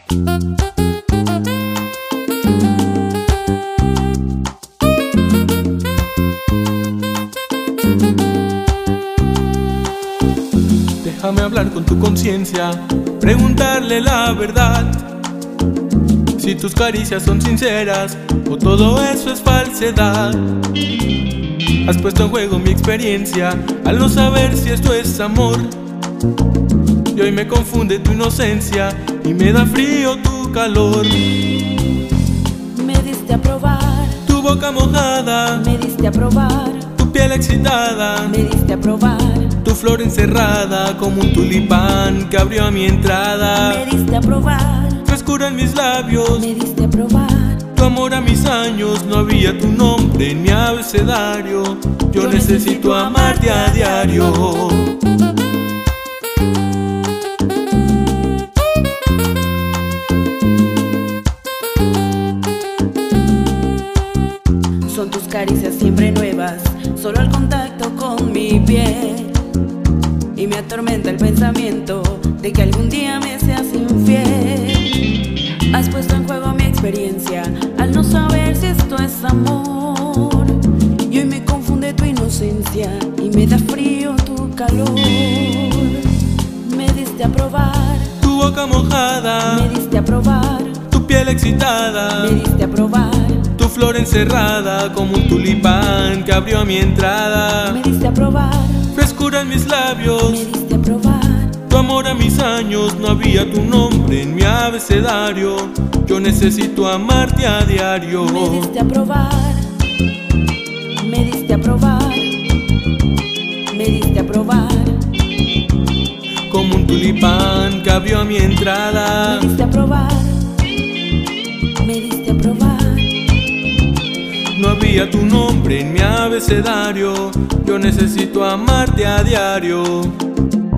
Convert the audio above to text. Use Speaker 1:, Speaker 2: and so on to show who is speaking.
Speaker 1: Déjame hablar con tu conciencia, preguntarle la verdad. Si tus caricias son sinceras o todo eso es falsedad. Has puesto en juego mi experiencia al no saber si esto es amor. Y hoy me confunde tu inocencia y me da frío tu calor.
Speaker 2: Me diste a probar,
Speaker 1: Tu boca mojada,
Speaker 2: me diste a probar,
Speaker 1: tu piel excitada,
Speaker 2: me diste a probar,
Speaker 1: tu flor encerrada como un tulipán que abrió a mi entrada.
Speaker 2: me diste a probar,
Speaker 1: Frescura en mis labios,
Speaker 2: me diste a probar.
Speaker 1: tu amor a mis años, no había tu nombre en mi abecedario. Yo necesito amarte a diario.
Speaker 2: Son tus caricias siempre nuevas, solo al contacto con mi piel. Y me atormenta el pensamiento de que algún día me seas infiel. Has puesto en juego mi experiencia al no saber si esto es amor. Y hoy me confunde tu inocencia y me da frío tu calor. Me diste a probar,
Speaker 1: Tu boca mojada,
Speaker 2: me diste a probar,
Speaker 1: tu piel excitada,
Speaker 2: me diste a probar,
Speaker 1: tu flor encerrada como un tulipán que abrió a mi entrada.
Speaker 2: me diste a probar,
Speaker 1: Frescura en mis labios,
Speaker 2: me diste a probar.
Speaker 1: tu amor a mis años, no había tu nombre en mi abecedario. Yo necesito amarte a diario.
Speaker 2: Me diste a probar, me diste a probar, me diste a probar,
Speaker 1: Como un tulipán que abrió a mi
Speaker 2: me
Speaker 1: entrada.
Speaker 2: diste a probar, me diste a probar.
Speaker 1: No había tu nombre en mi abecedario. Yo necesito amarte a diario.